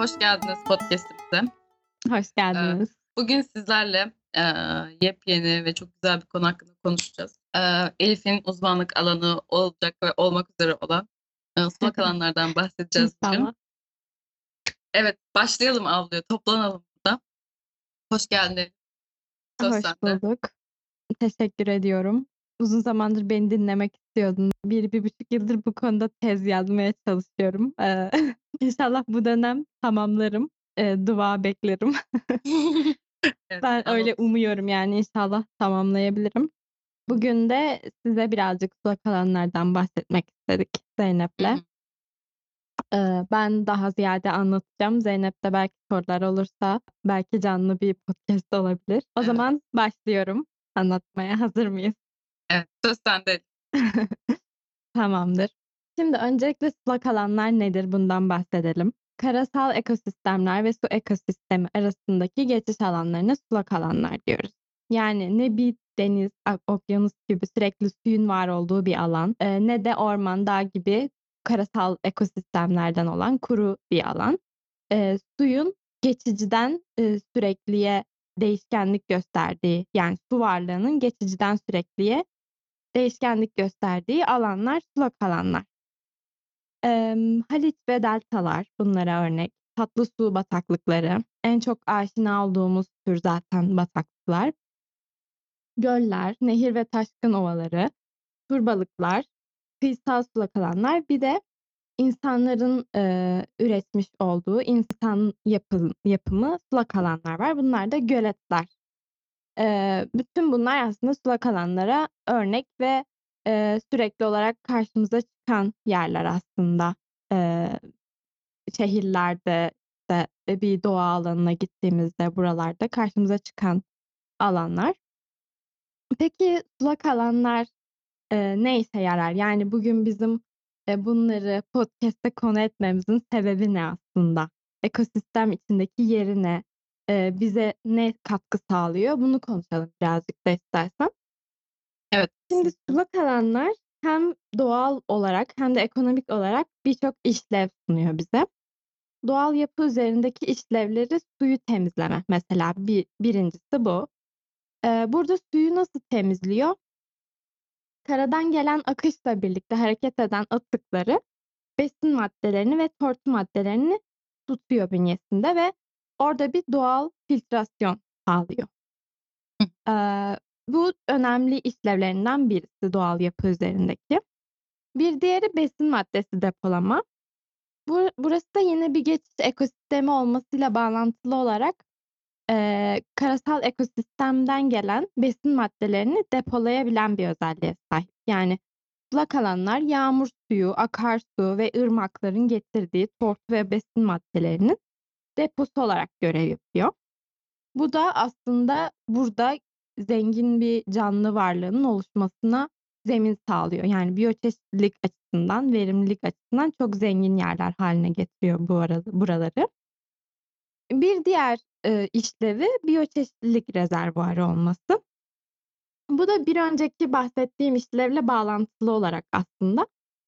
Hoş geldiniz podcast'imize. Hoş Eee, geldiniz. bugün sizlerle, yepyeni ve çok güzel bir konu hakkında konuşacağız. Elif'in uzmanlık alanı olacak ve olmak üzere olan, sulak alanlardan bahsedeceğiz bugün. İnşallah. Evet, başlayalım avluya, toplanalım burada. Hoş geldin Elif, söz Hoş sende. bulduk. Teşekkür ediyorum. Uzun zamandır beni dinlemek istiyordun. 1,5 yıldır bu konuda tez yazmaya çalışıyorum. İnşallah bu dönem tamamlarım. Dua beklerim. Evet, Ben ama öyle umuyorum yani inşallah tamamlayabilirim. Bugün de size birazcık sulak alanlardan bahsetmek istedik Hı Zeynep'le. hı. Ben daha ziyade anlatacağım. Zeynep'te belki sorular olursa belki canlı bir podcast olabilir. O Evet, zaman başlıyorum anlatmaya. Hazır mıyız? evet, söz sende Elif. Tamamdır. Şimdi öncelikle sulak alanlar nedir? Bundan bahsedelim. Karasal ekosistemler ve su ekosistemi arasındaki geçiş alanlarına sulak alanlar diyoruz. Yani ne bir deniz, okyanus gibi sürekli suyun var olduğu bir alan, ne de orman, dağ gibi karasal ekosistemlerden olan kuru bir alan. Suyun geçiciden sürekliye değişkenlik gösterdiği, yani su varlığının geçiciden sürekliye değişkenlik gösterdiği alanlar sulak alanlar. Haliç ve deltalar bunlara örnek. Tatlı su bataklıkları, en çok aşina olduğumuz tür zaten bataklıklar. Göller, nehir ve taşkın ovaları, turbalıklar, kıyısal sulak alanlar, bir de insanların üretmiş olduğu insan yapımı sulak alanlar var. Bunlar da göletler. Bütün bunlar aslında sulak alanlara örnek ve sürekli olarak karşımıza çıkan yerler aslında. Eee, şehirlerde de bir doğa alanına gittiğimizde buralarda karşımıza çıkan alanlar. Peki sulak alanlar ne işe yarar? Yani bugün bizim bunları podcast'te konu etmemizin sebebi ne aslında? Ekosistem içindeki yeri ne? Bize ne katkı sağlıyor? Bunu konuşalım birazcık da istersen. Evet, Şimdi kesinlikle. sulak alanlar hem doğal olarak hem de ekonomik olarak birçok işlev sunuyor bize. Doğal yapı üzerindeki işlevleri suyu temizleme mesela birincisi bu. Burada suyu nasıl temizliyor? Karadan gelen akışla birlikte hareket eden atıkları, besin maddelerini ve tortu maddelerini tutuyor bünyesinde ve orada bir doğal filtrasyon sağlıyor. Hı. Bu önemli işlevlerinden birisi doğal yapı üzerindeki. Bir diğeri besin maddesi depolama. Burası da yine bir geçiş ekosistemi olmasıyla bağlantılı olarak karasal ekosistemden gelen besin maddelerini depolayabilen bir özelliğe sahip. Yani sulak alanlar yağmur suyu, akarsu ve ırmakların getirdiği tortu ve besin maddelerinin deposu olarak görev yapıyor. Bu da aslında burada zengin bir canlı varlığının oluşmasına zemin sağlıyor. Yani biyoçeşitlilik açısından, verimlilik açısından çok zengin yerler haline getiriyor buraları. Bir diğer, işlevi biyoçeşitlilik rezervuarı olması. Bu da bir önceki bahsettiğim işlevle bağlantılı olarak aslında,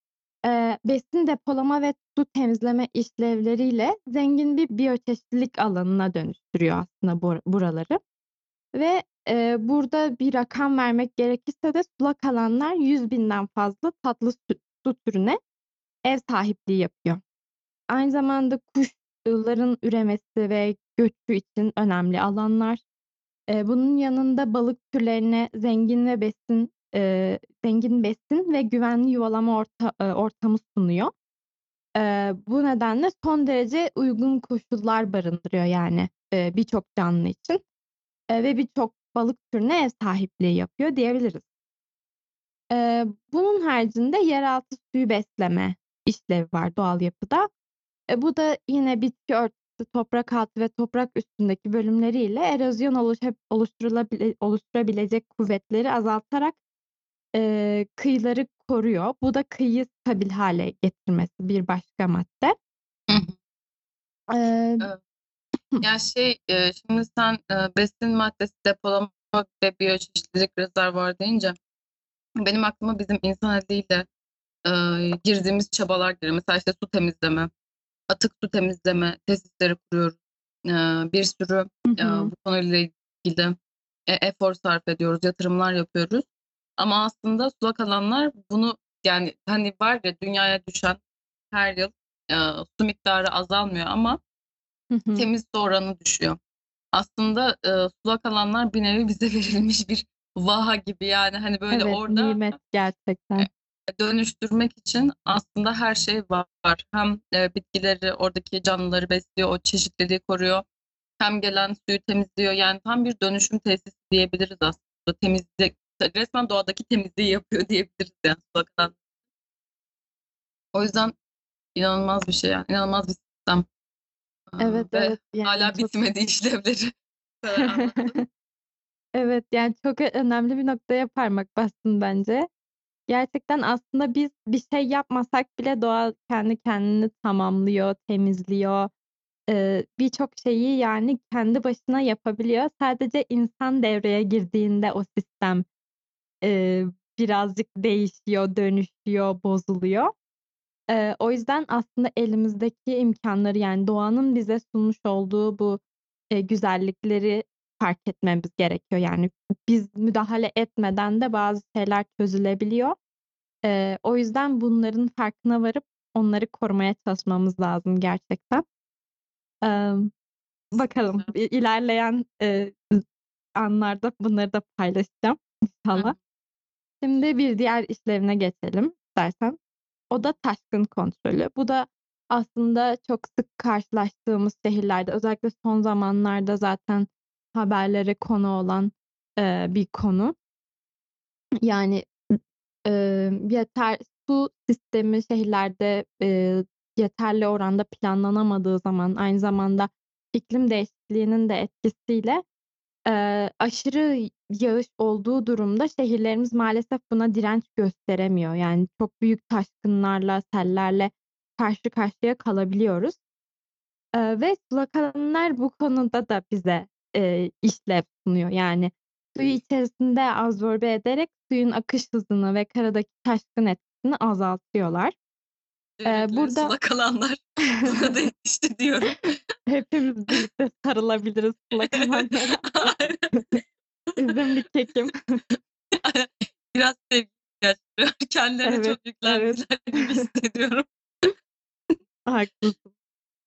besin depolama ve su temizleme işlevleriyle zengin bir biyoçeşitlilik alanına dönüştürüyor aslında buraları. Ve, burada bir rakam vermek gerekirse de sulak alanlar 100.000'den fazla tatlı su türüne ev sahipliği yapıyor. Aynı zamanda kuşların üremesi ve göçü için önemli alanlar. Bunun yanında balık türlerine zengin besin ve güvenli yuvalama ortamı sunuyor. Bu nedenle son derece uygun koşullar barındırıyor yani, birçok canlı için, ve birçok balık türüne ev sahipliği yapıyor diyebiliriz. Bunun haricinde yeraltı suyu besleme işlevi var doğal yapıda. Bu da yine bitki örtüsü, toprak altı ve toprak üstündeki bölümleriyle erozyon oluşturabilecek kuvvetleri azaltarak, kıyıları koruyor. Bu da kıyıyı stabil hâle getirmesi bir başka madde. Hı hı. Eee Evet. Ya, şimdi sen, besin maddesi depolama ve biyoçeşitlilik rezervuarı deyince benim aklıma bizim insan eliyle, girdiğimiz çabalar geliyor. Mesela, işte, su temizleme, atık su temizleme tesisleri kuruyoruz. Bir sürü Hı hı. bu konuyla ilgili efor sarf ediyoruz, yatırımlar yapıyoruz. Ama aslında sulak alanlar bunu yani hani var ya dünyaya düşen her yıl su miktarı azalmıyor ama Hı hı. temiz su oranı düşüyor. Aslında sulak alanlar bir nevi bize verilmiş bir vaha gibi yani hani böyle Evet, orada nimet gerçekten. dönüştürmek için aslında her şey var. Hem bitkileri, oradaki canlıları besliyor, o çeşitliliği koruyor. Hem gelen suyu temizliyor. Yani tam bir dönüşüm tesisi diyebiliriz aslında. Temizlik, resmen doğadaki temizliği yapıyor diyebiliriz yani sulak alan. O yüzden inanılmaz bir şey yani. İnanılmaz bir sistem. Evet, Ve evet, yani hala çok bitmedi işlevleri. Bu kadar anlattım. Evet, yani çok önemli bir noktaya parmak bastın bence. Gerçekten aslında biz bir şey yapmasak bile doğa kendi kendini tamamlıyor, temizliyor. Birçok şeyi yani kendi başına yapabiliyor. Sadece insan devreye girdiğinde o sistem, eee, birazcık değişiyor, dönüşüyor, bozuluyor. O yüzden aslında elimizdeki imkânları, yani doğanın bize sunmuş olduğu bu, güzellikleri fark etmemiz gerekiyor. Yani biz müdahale etmeden de bazı şeyler çözülebiliyor. O yüzden bunların farkına varıp onları korumaya çalışmamız lazım gerçekten. Emm, Bakalım Kesinlikle. ilerleyen, anlarda bunları da paylaşacağım Hı inşallah. hı. Şimdi bir diğer işlevine geçelim istersen. O da taşkın kontrolü. Bu da aslında çok sık karşılaştığımız şehirlerde, özellikle son zamanlarda zaten haberlere konu olan, bir konu. Yani, yeter su sistemi şehirlerde, yeterli oranda planlanamadığı zaman, aynı zamanda iklim değişikliğinin de etkisiyle, aşırı yağış olduğu durumda şehirlerimiz maalesef buna direnç gösteremiyor. Yani çok büyük taşkınlarla, sellerle karşı karşıya kalabiliyoruz. Ve sulak alanlar bu konuda da bize, işlev sunuyor. Yani suyu içerisinde absorbe ederek suyun akış hızını ve karadaki taşkın etkisini azaltıyorlar. Öncelikle Burada sulak alanlar buna da yetişti diyorum. hepimiz birlikte sarılabiliriz sulak alanlara. Aynen. Üzümlü kekim. Biraz sevgi ihtiyaçları kendilerine Evet, çok evet. yüklendiler gibi hissediyorum. Haklısın.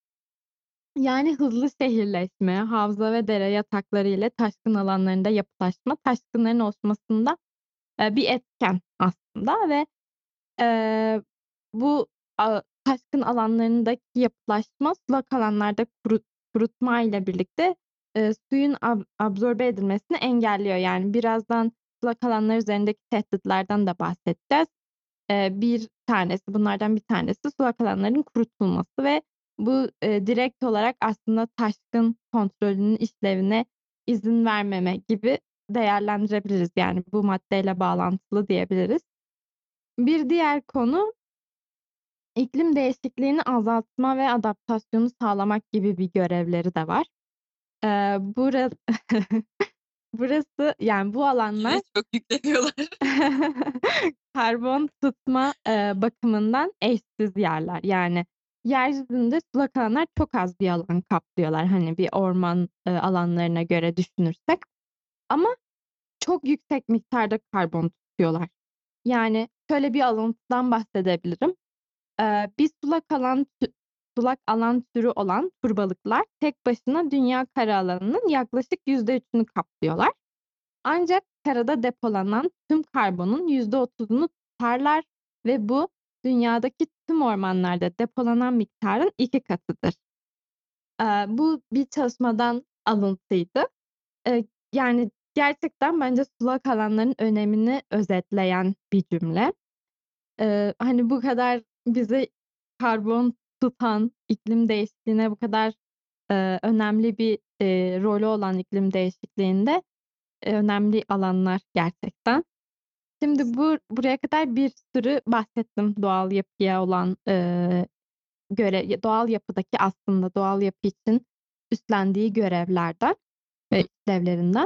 Yani hızlı şehirleşme, havza ve dere yatakları ile taşkın alanlarında yapılaşma, taşkınların oluşmasında, bir etken aslında ve, eee, bu taşkın alanlarındaki yapılaşma sulak alanlarda kurutma ile birlikte, suyun absorbe edilmesini engelliyor. Yani birazdan sulak alanlar üzerindeki tehditlerden de bahsedeceğiz. Bir tanesi, bunlardan bir tanesi sulak alanların kurutulması ve bu, direkt olarak aslında taşkın kontrolünün işlevine izin vermeme gibi değerlendirebiliriz. Yani bu maddeyle bağlantılı diyebiliriz. Bir diğer konu iklim değişikliğini azaltma ve adaptasyonu sağlamak gibi bir görevleri de var. Eee, bura Burası, yani bu Yine alanlar çok yükleniyorlar. karbon tutma, bakımından eşsiz yerler. Yani yeryüzünde sulak alanlar çok az bir alan kaplıyorlar, hani, bir orman, alanlarına göre düşünürsek ama çok yüksek miktarda karbon tutuyorlar. Yani şöyle bir alıntıdan bahsedebilirim. Bir sulak alan türü olan turbalıklar tek başına dünya karaalanının yaklaşık %3'ünü kaplıyorlar. Ancak karada depolanan tüm karbonun %30'unu tutarlar ve bu dünyadaki tüm ormanlarda depolanan miktarın 2 katıdır. Bu bir çalışmadan alıntıydı. Yani gerçekten bence sulak alanların önemini özetleyen bir cümle. Hani, bu kadar bize karbon tutan, iklim değişikliğine bu kadar, önemli bir, rolü olan iklim değişikliğinde, önemli alanlar gerçekten. Şimdi buraya kadar bir sürü bahsettim doğal yapıya olan, doğal yapıdaki aslında doğal yapı için üstlendiği görevlerden ve işlevlerinden.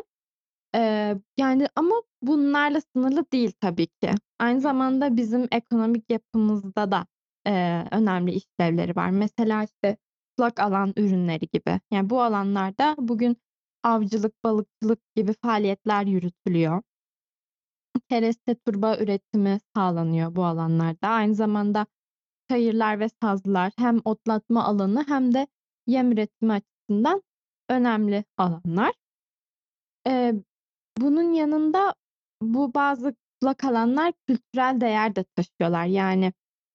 Yani ama bunlarla sınırlı değil tabii ki. Aynı zamanda bizim ekonomik yapımızda da, önemli işlevleri var. Mesela, işte, sulak alan ürünleri gibi. Yani, bu alanlarda bugün avcılık, balıkçılık gibi faaliyetler yürütülüyor. Kereste turba üretimi sağlanıyor bu alanlarda. Aynı zamanda çayırlar ve sazlar hem otlatma alanı hem de yem üretimi açısından önemli alanlar. Eee, Bunun yanında bu bazı sulak alanlar kültürel değer de taşıyorlar. Yani,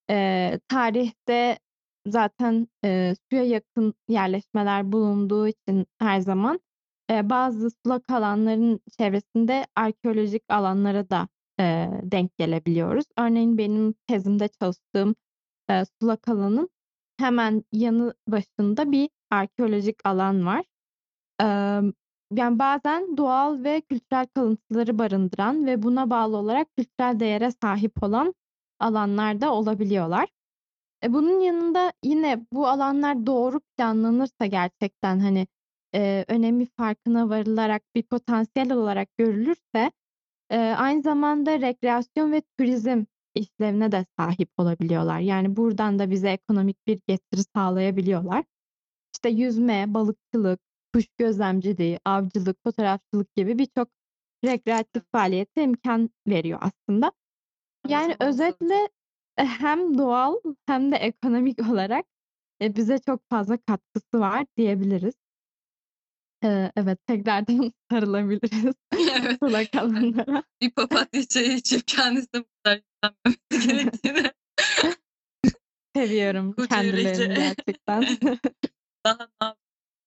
tarihte zaten, suya yakın yerleşmeler bulunduğu için her zaman, bazı sulak alanların çevresinde arkeolojik alanlara da, denk gelebiliyoruz. Örneğin benim tezimde çalıştığım, sulak alanın hemen yanı başında bir arkeolojik alan var. Emm, Yani, bazen doğal ve kültürel kalıntıları barındıran ve buna bağlı olarak kültürel değere sahip olan alanlar da olabiliyorlar. Bunun yanında yine bu alanlar doğru planlanırsa gerçekten, hani, önemi farkına varılarak bir potansiyel olarak görülürse, aynı zamanda rekreasyon ve turizm işlevine de sahip olabiliyorlar. Yani, buradan da bize ekonomik bir getiri sağlayabiliyorlar. İşte yüzme, balıkçılık, kuş gözlemciliği, avcılık, fotoğrafçılık gibi birçok rekreatif Evet, faaliyete imkân veriyor aslında. tam da Yani sana onu özetle, soracaktım. hem doğal hem de ekonomik olarak, bize çok fazla katkısı var diyebiliriz. Evet, tekrardan sarılabiliriz Evet, sulak hani, alanlara. bir papatya çayı içip kendisine bu kadar yüklenmemesi gerektiğini Seviyorum kocaelice kendilerini gerçekten. daha ne yap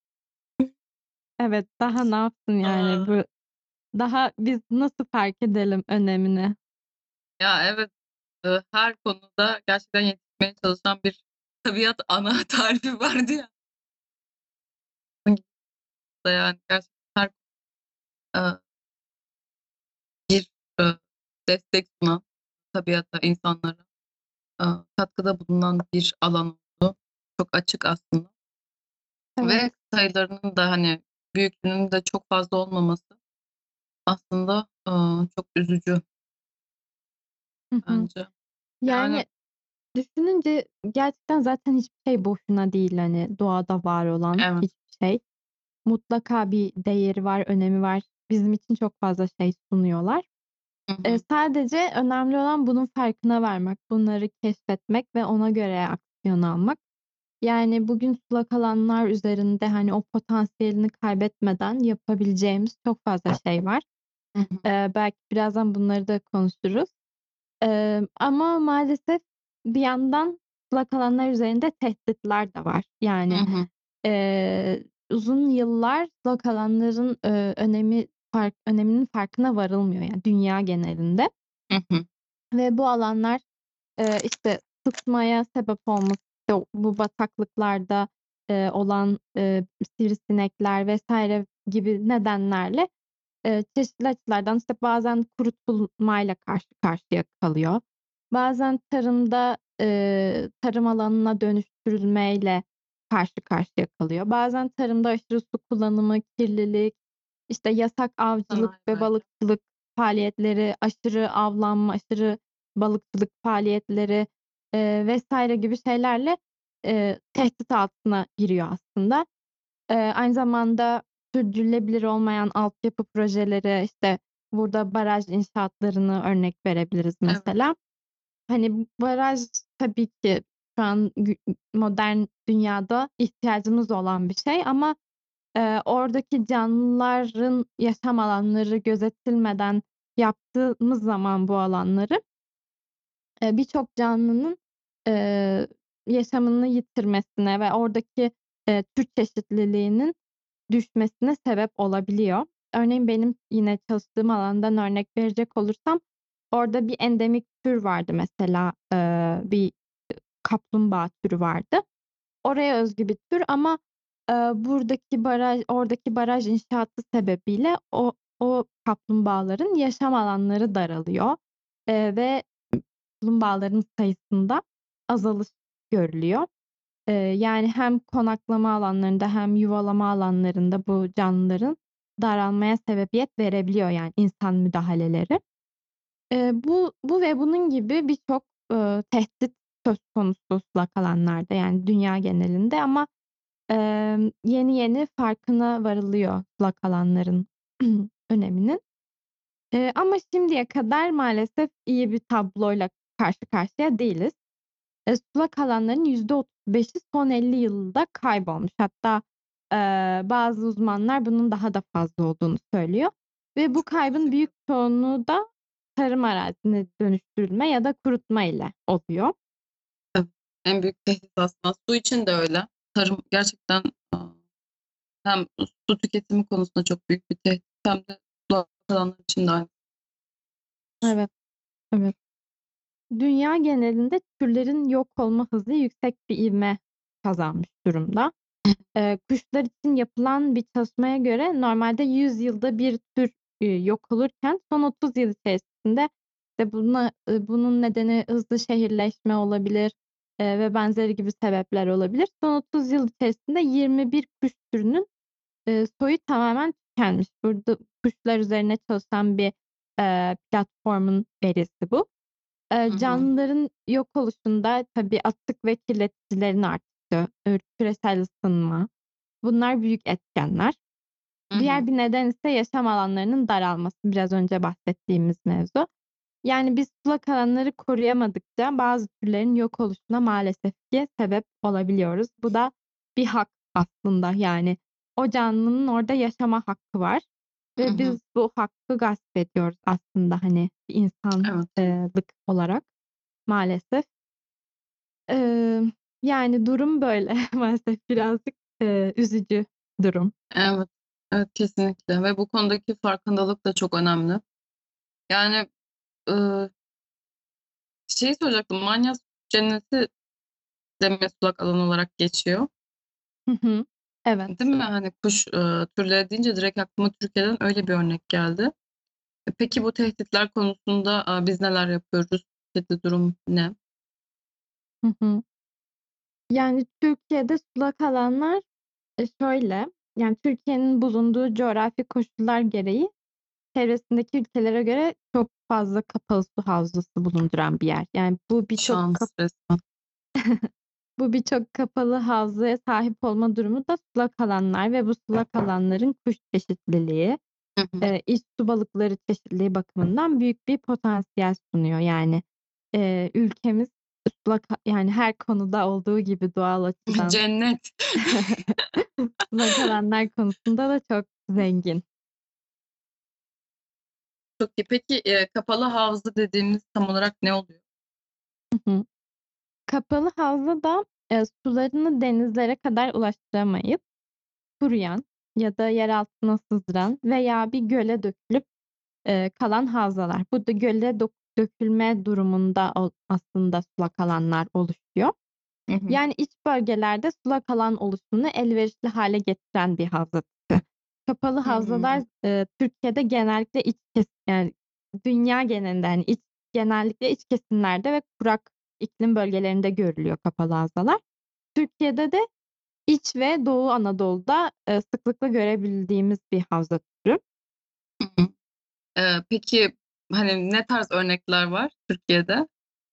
Evet, daha ne yapsın yani Aaa, bu daha biz nasıl fark edelim önemini? ya, evet, her konuda gerçekten yetişmeye çalışan bir tabiat ana tarifi vardı ya. Onun gibi de yani gerçekten her eee, bir, eee, destek sunan tabiata, insanlara, katkıda bulunan bir alan olduğu çok açık aslında Evet. ve sayılarının da, hani, büyüklüğünün de çok fazla olmaması aslında, çok üzücü Hı hı. bence. Yani, Yani, düşününce gerçekten zaten hiçbir şey boşuna değil, hani, doğada var olan evet. hiçbir şey. Mutlaka bir değeri var, önemi var. Bizim için çok fazla şey sunuyorlar. Hı hı. Sadece önemli olan bunun farkına varmak, bunları keşfetmek ve ona göre aksiyon almak. Yani, bugün sulak alanlar üzerinde, hani, o potansiyelini kaybetmeden yapabileceğimiz çok fazla şey var. Hı hı. Belki birazdan bunları da konuşuruz. Ama maalesef bir yandan sulak alanlar üzerinde tehditler de var. Hı Yani, hı. uzun yıllar sulak alanların, öneminin farkına varılmıyor yani dünya genelinde Hı hı. ve bu alanlar, işte, sıtmaya sebep olması, işte, bu bataklıklarda, olan, sivrisinekler vs. gibi nedenlerle çeşitli açılardan, işte, bazen kurutulmayla karşı karşıya kalıyor. Bazen tarımda, tarım alanına dönüştürülmeyle karşı karşıya kalıyor. Bazen tarımda aşırı su kullanımı, kirlilik, işte, yasak avcılık ve Sanayilerle. balıkçılık faaliyetleri, aşırı avlanma, aşırı balıkçılık faaliyetleri, vs. gibi şeylerle, tehdit altına giriyor aslında. Aynı zamanda sürdürülebilir olmayan altyapı projeleri, işte, burada baraj inşaatlarını örnek verebiliriz Evet. mesela. Hani, baraj tabii ki şu an modern dünyada ihtiyacımız olan bir şey ama, oradaki canlıların yaşam alanları gözetilmeden yaptığımız zaman bu alanları, birçok canlının, eee, yaşamını yitirmesine ve oradaki, tür çeşitliliğinin düşmesine sebep olabiliyor. Örneğin benim yine çalıştığım alandan örnek verecek olursam orada bir endemik tür vardı mesela, bir kaplumbağa türü vardı. Oraya özgü bir tür ama, oradaki baraj inşaatı sebebiyle o kaplumbağaların yaşam alanları daralıyor, ve kaplumbağaların sayısında azalış görülüyor. Yani hem konaklama alanlarında hem yuvalama alanlarında bu canlıların daralmaya sebebiyet verebiliyor yani insan müdahaleleri. Bu ve bunun gibi birçok, tehdit söz konusu sulak alanlarda, yani dünya genelinde ama, yeni yeni farkına varılıyor sulak alanların öneminin. Ama şimdiye kadar maalesef iyi bir tabloyla karşı karşıya değiliz. Sulak alanların %35'i son 50 yılda kaybolmuş. Hatta, bazı uzmanlar bunun daha da fazla olduğunu söylüyor ve bu kaybın büyük çoğunluğu da tarım arazisine dönüştürülme ya da kurutma ile oluyor. Evet. En büyük tehdit aslında. Su için de öyle. Tarım gerçekten hem su tüketimi konusunda çok büyük bir tehdit hem de sulak alanlar için de aynı. Evet, evet. Dünya genelinde türlerin yok olma hızı yüksek bir ivme kazanmış durumda. Kuşlar için yapılan bir çalışmaya göre normalde 100 yılda bir tür, yok olurken son 30 yıl içerisinde işte bunun nedeni hızlı şehirleşme olabilir, ve benzeri gibi sebepler olabilir. Son 30 yıl içerisinde 21 kuş türünün, soyu tamamen tükenmiş. Burada kuşlar üzerine çalışan bir, platformun verisi bu. Hı hı. Canlıların yok oluşunda tabii atık ve kirleticilerin arttığı, küresel ısınma, bunlar büyük etkenler. Hı Diğer hı. bir neden ise yaşam alanlarının daralması, biraz önce bahsettiğimiz mevzu. Yani biz sulak alanları koruyamadıkça bazı türlerin yok oluşuna maalesef ki sebep olabiliyoruz. Bu da bir hak aslında, yani o canlının orada yaşama hakkı var Hı ve hı. biz bu hakkı gasp ediyoruz aslında, hani, bir Evet. olarak maalesef. Yani durum böyle maalesef birazcık, üzücü durum. Evet. Evet, kesinlikle ve bu konudaki farkındalık da çok önemli. Yani, ııı, şeyi soracaktım, Manyas Cenneti de mi sulak alan olarak geçiyor? Hı hı. Evet. Değil mi? Hani kuş, türleri deyince direkt aklıma Türkiye'den öyle bir örnek geldi. Peki bu tehditler konusunda, biz neler yapıyoruz? Türkiye'de durum ne? Hı hı. Yani Türkiye'de sulak alanlar, şöyle, yani Türkiye'nin bulunduğu coğrafi koşullar gereği çevresindeki ülkelere göre çok fazla kapalı su havzası bulunduran bir yer. Yani Şans resmen. bu birçok kapalı havzaya sahip olma durumu da sulak alanlar ve bu sulak alanların kuş çeşitliliği, Hı hı. iç su balıkları çeşitliliği bakımından büyük bir potansiyel sunuyor. Yani, ülkemiz yani her konuda olduğu gibi doğal açıdan Cennet. sulak alanlar konusunda da çok zengin. Çok iyi. Peki, kapalı havza dediğimiz tam olarak ne oluyor? Hı hı. Kapalı havza da, sularını denizlere kadar ulaştıramayıp kuruyan ya da yer altına sızdıran veya bir göle dökülüp, kalan havzalar. Bu da göle dökülme durumunda aslında sulak alanlar oluşuyor. Hı hı. Yani iç bölgelerde sulak alan oluşumunu elverişli hale getiren bir havza tipi. Kapalı havzalar, Hımm. Türkiye'de genellikle yani dünya genelinde, hani, genellikle iç kesimlerde ve kurak iklim bölgelerinde görülüyor kapalı havzalar. Türkiye'de de İç ve Doğu Anadolu'da, sıklıkla görebildiğimiz bir havza türü. Hı hı. Peki, hani, ne tarz örnekler var Türkiye'de?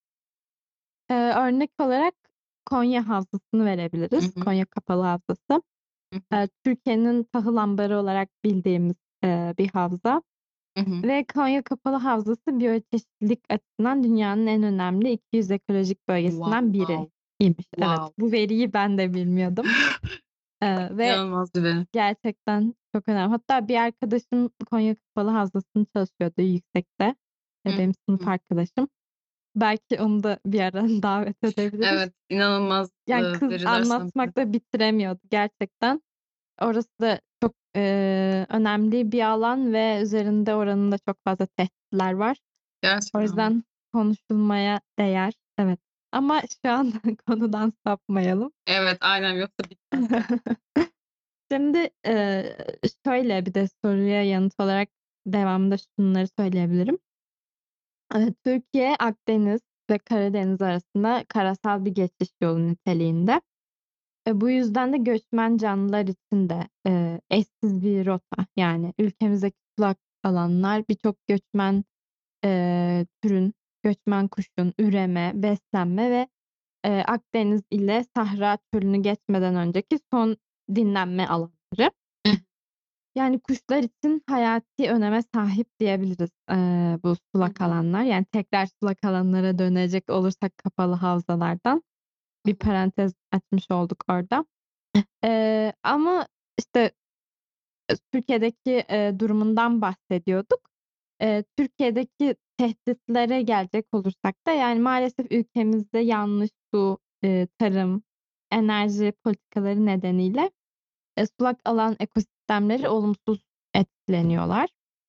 Örnek olarak Konya Havzası'nı Hı verebiliriz. hı. Konya Kapalı Havzası. Hı hı. Türkiye'nin tahıl ambarı olarak bildiğimiz, bir havza Hı hı. ve Konya Kapalı Havzası biyoçeşitlilik açısından dünyanın en önemli 200 ekolojik bölgesinden Wow, biriymiş. Evet, wow. bu veriyi ben de bilmiyordum, ve İnanılmaz bir veri. gerçekten çok önemli. Hatta bir arkadaşım Konya Kapalı Havzası'nda çalışıyordu yüksekte. Hı Benim sınıf hı. arkadaşım. Belki onu da bir ara davet edebiliriz. Evet, inanılmaz, Yani kız veriler sanki. anlatmakla bitiremiyordu gerçekten. Orası da çok, önemli bir alan ve üzerinde oranın da çok fazla tehditler var. O Gerçekten mi? yüzden konuşulmaya değer. Evet. Ama şu an konudan sapmayalım. Evet, aynen yoksa bitmez. Şimdi, şöyle bir de soruya yanıt olarak devamında şunları söyleyebilirim. Türkiye, Akdeniz ve Karadeniz arasında karasal bir geçiş yolu niteliğinde. Bu yüzden de göçmen canlılar için de, eşsiz bir rota. Yani ülkemizdeki sulak alanlar birçok göçmen, türün, göçmen kuşun üreme, beslenme ve Akdeniz ile Sahra Çölü'nü geçmeden önceki son dinlenme alanları. Hı. Yani kuşlar için hayati öneme sahip diyebiliriz, bu Hı sulak hı. alanlar. Yani tekrar sulak alanlara dönecek olursak kapalı havzalardan Hı bir hı. parantez açmış olduk orada. Ama işte Türkiye'deki, durumundan bahsediyorduk. Türkiye'deki tehditlere gelecek olursak da yani maalesef ülkemizde yanlış su, tarım, enerji politikaları nedeniyle, sulak alan ekosistemleri olumsuz etkileniyorlar.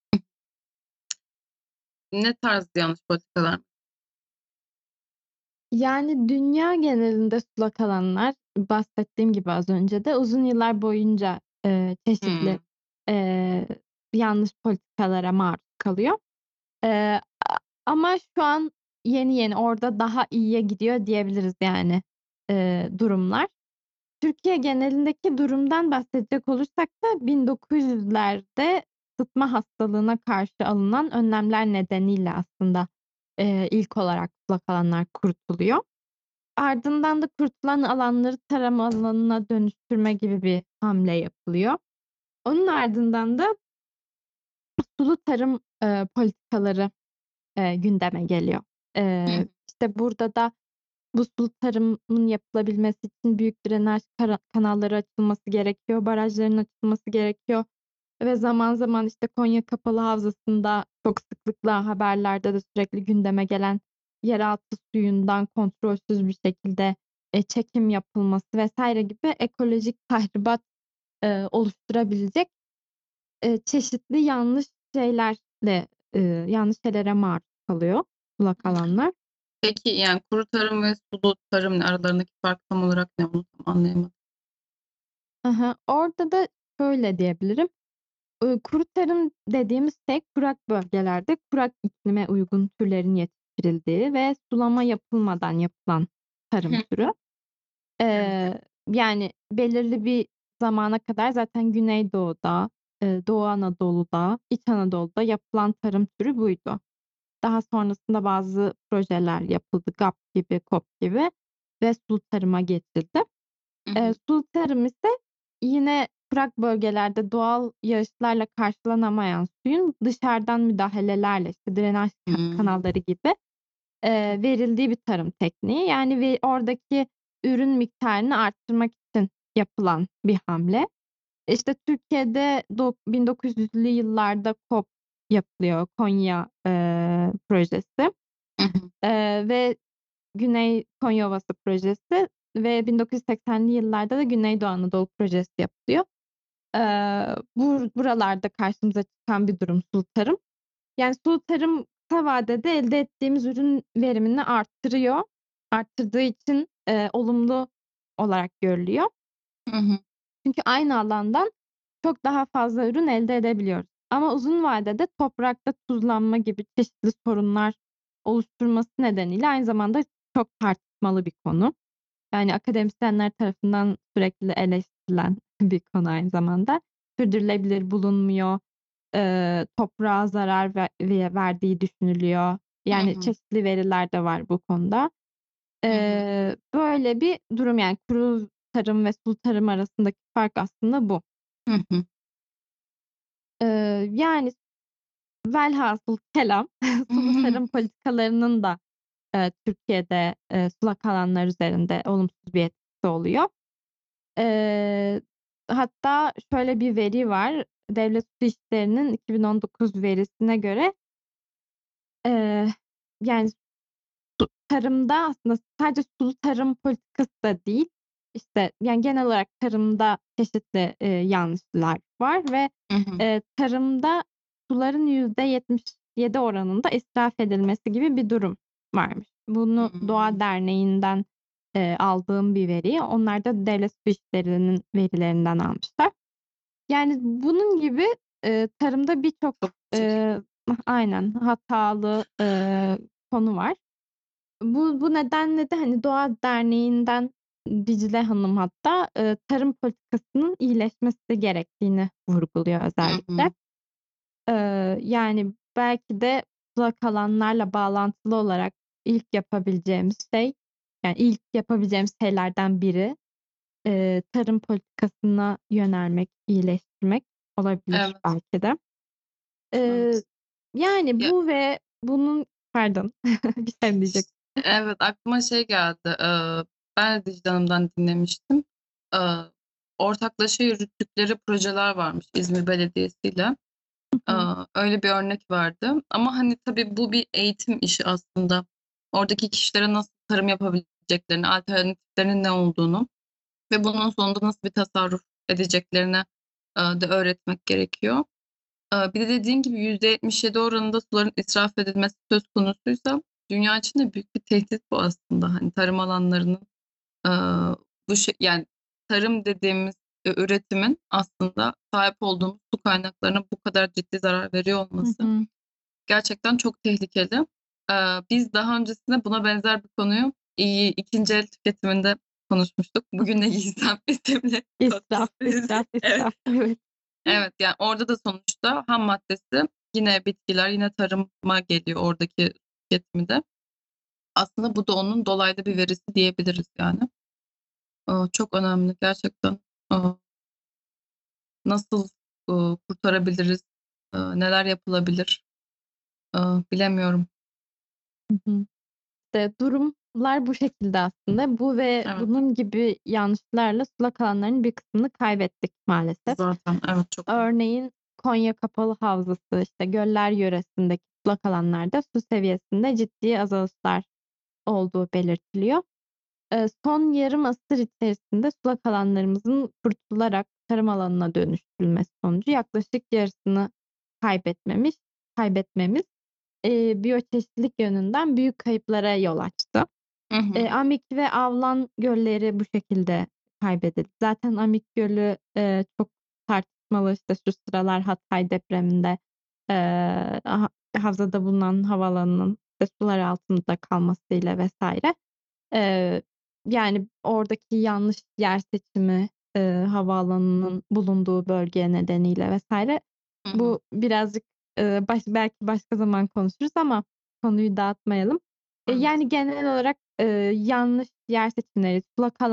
Ne tarz yanlış politikalar? Yani dünya genelinde sulak alanlar bahsettiğim gibi az önce de uzun yıllar boyunca, çeşitli, Hımm. eee, yanlış politikalara maruz kalıyor. A ama şu an yeni yeni orada daha iyiye gidiyor diyebiliriz yani, durumlar. Türkiye genelindeki durumdan bahsedecek olursak da 1900'lerde sıtma hastalığına karşı alınan önlemler nedeniyle aslında, ilk olarak sulak alanlar kurutuluyor. Ardından da kurutulan alanları tarım alanına dönüştürme gibi bir hamle yapılıyor. Onun ardından da sulu tarım, politikaları, gündeme geliyor. Hı hı. İşte, burada da bu sulu tarımın yapılabilmesi için büyük drenaj kanalları açılması gerekiyor, barajların açılması gerekiyor ve zaman zaman, işte, Konya Kapalı Havzası'nda çok sıklıkla haberlerde de sürekli gündeme gelen yeraltı suyundan kontrolsüz bir şekilde, çekim yapılması vs. gibi ekolojik tahribat, oluşturabilecek, çeşitli yanlış şeylere maruz kalıyor sulak alanlar. Peki, yani, kuru tarım ve sulu tarım ne? Aralarındaki fark tam olarak ne? Onu tam anlayamadım. Hı hı. Orada da şöyle diyebilirim. Kuru tarım dediğimiz şey kurak bölgelerde kurak iklime uygun türlerin yetiştirildiği ve sulama yapılmadan yapılan tarım Hı. türü. Evet. Yani belirli bir zamana kadar zaten Güneydoğu'da, Doğu Anadolu'da, İç Anadolu'da yapılan tarım türü buydu. Daha sonrasında bazı projeler yapıldı. GAP gibi, KOP gibi ve sulu tarıma geçildi. Hı hı. Sulu tarım ise yine kurak bölgelerde doğal yağışlarla karşılanamayan suyun dışarıdan müdahalelerle, işte, drenaj Hımm. kanalları gibi, verildiği bir tarım tekniği. Yani ve oradaki ürün miktarını arttırmak için yapılan bir hamle. İşte, Türkiye'de 1900'lü yıllarda KOP yapılıyor, Konya, projesi, Hı hı. ve Güney Konya Ovası projesi ve 1980'li yıllarda da Güneydoğu Anadolu projesi yapılıyor. Buralarda karşımıza çıkan bir durum sulu tarım. Yani sulu tarım kısa vadede elde ettiğimiz ürün verimini arttırıyor. Arttırdığı için, olumlu olarak görülüyor. Hı hı. Çünkü aynı alandan çok daha fazla ürün elde edebiliyoruz. Ama uzun vadede toprakta tuzlanma gibi çeşitli sorunlar oluşturması nedeniyle aynı zamanda çok tartışmalı bir konu. Yani akademisyenler tarafından sürekli eleştirilen bir konu aynı zamanda. Sürdürülebilir bulunmuyor, toprağa zarar verdiği düşünülüyor. Hı Yani hı. çeşitli veriler de var bu konuda. Hı hı. Böyle bir durum yani kuru tarım ve sulu tarım arasındaki fark aslında bu. Hı hı. Yani velhasıl kelam Hı sulu hı. tarım politikalarının da, Türkiye'de, sulak alanlar üzerinde olumsuz bir etkisi oluyor. Eee, Hatta şöyle bir veri var. Devlet Su İşleri'nin 2019 verisine göre, eee, yani tarımda aslında sadece sulu tarım politikası da değil, işte, yani genel olarak tarımda çeşitli, yanlışlar var ve, Hı hı. tarımda suların %77 oranında israf edilmesi gibi bir durum varmış. Bunu Doğa Hımm. Derneği'nden, aldığım bir veri. Onlar da Devlet Su İşleri'nin verilerinden almışlar. Yani bunun gibi, tarımda birçok, Çok üzücü. eee aynen hatalı, konu var. Bu nedenle de, hani, Doğa Derneği'nden Dicle Hanım hatta, tarım politikasının iyileşmesi gerektiğini vurguluyor Hı özellikle. hı. Yani, belki de sulak alanlarla bağlantılı olarak ilk yapabileceğimiz şey Yani ilk yapabileceğimiz şeylerden biri tarım politikasına yönelmek, iyileştirmek olabilir Evet, belki de. Eee, evet. yani Ya, bu ve bunun pardon bir şey mi diyeceksin? evet, aklıma şey geldi. Ben de Dicle Hanım'dan dinlemiştim. Ee, Ortaklaşa yürüttükleri projeler varmış İzmir Belediyesi'yle. Hı hı. Öyle bir örnek vardı. Ama hani tabii bu bir eğitim işi aslında. Oradaki kişilere nasıl tarım yapabileceklerini, alternatiflerinin ne olduğunu ve bunun sonunda nasıl bir tasarruf edeceklerini de öğretmek gerekiyor. Bir de dediğin gibi %77 oranında suların israf edilmesi söz konusuysa dünya için de büyük bir tehdit bu aslında. Hani tarım alanlarının e, bu şey yani tarım dediğimiz üretimin aslında sahip olduğumuz su kaynaklarına bu kadar ciddi zarar veriyor Hı olması hı. gerçekten çok tehlikeli. Biz daha öncesinde buna benzer bir konuyu ikinci el tüketiminde konuşmuştuk. Bugün ne giysem isimli İsraf, podcast dizisi. israf, israf. Evet. Evet, yani orada da sonuçta ham maddesi yine bitkiler, yine tarıma geliyor oradaki tüketimi de. Aslında bu da onun dolaylı bir verisi diyebiliriz yani. Çok önemli gerçekten. Nasıl kurtarabiliriz? Neler yapılabilir? Bilemiyorum. Hı hı. İşte durumlar bu şekilde aslında. Bu ve Evet, bunun gibi yanlışlarla sulak alanların bir kısmını kaybettik maalesef. zaten evet çok doğru. Örneğin Konya Kapalı Havzası, işte göller yöresindeki sulak alanlarda su seviyesinde ciddi azalışlar olduğu belirtiliyor. Son yarım asır içerisinde sulak alanlarımızın kurutularak tarım alanına dönüştürülmesi sonucu yaklaşık yarısını kaybetmemiş kaybetmemiz, biyoçeşitlilik yönünden büyük kayıplara yol açtı. Hı hı. Amik ve Avlan gölleri bu şekilde kaybedildi. Zaten Amik Gölü, çok tartışmalı, işte, şu sıralar Hatay depreminde, havzada bulunan havaalanının, işte, sular altında kalmasıyla vs. Eee, yani, oradaki yanlış yer seçimi, havaalanının bulunduğu bölge nedeniyle vs. Hı hı. Bu birazcık, belki başka zaman konuşuruz ama konuyu dağıtmayalım. Evet. Yani, genel olarak, yanlış yer seçimleri,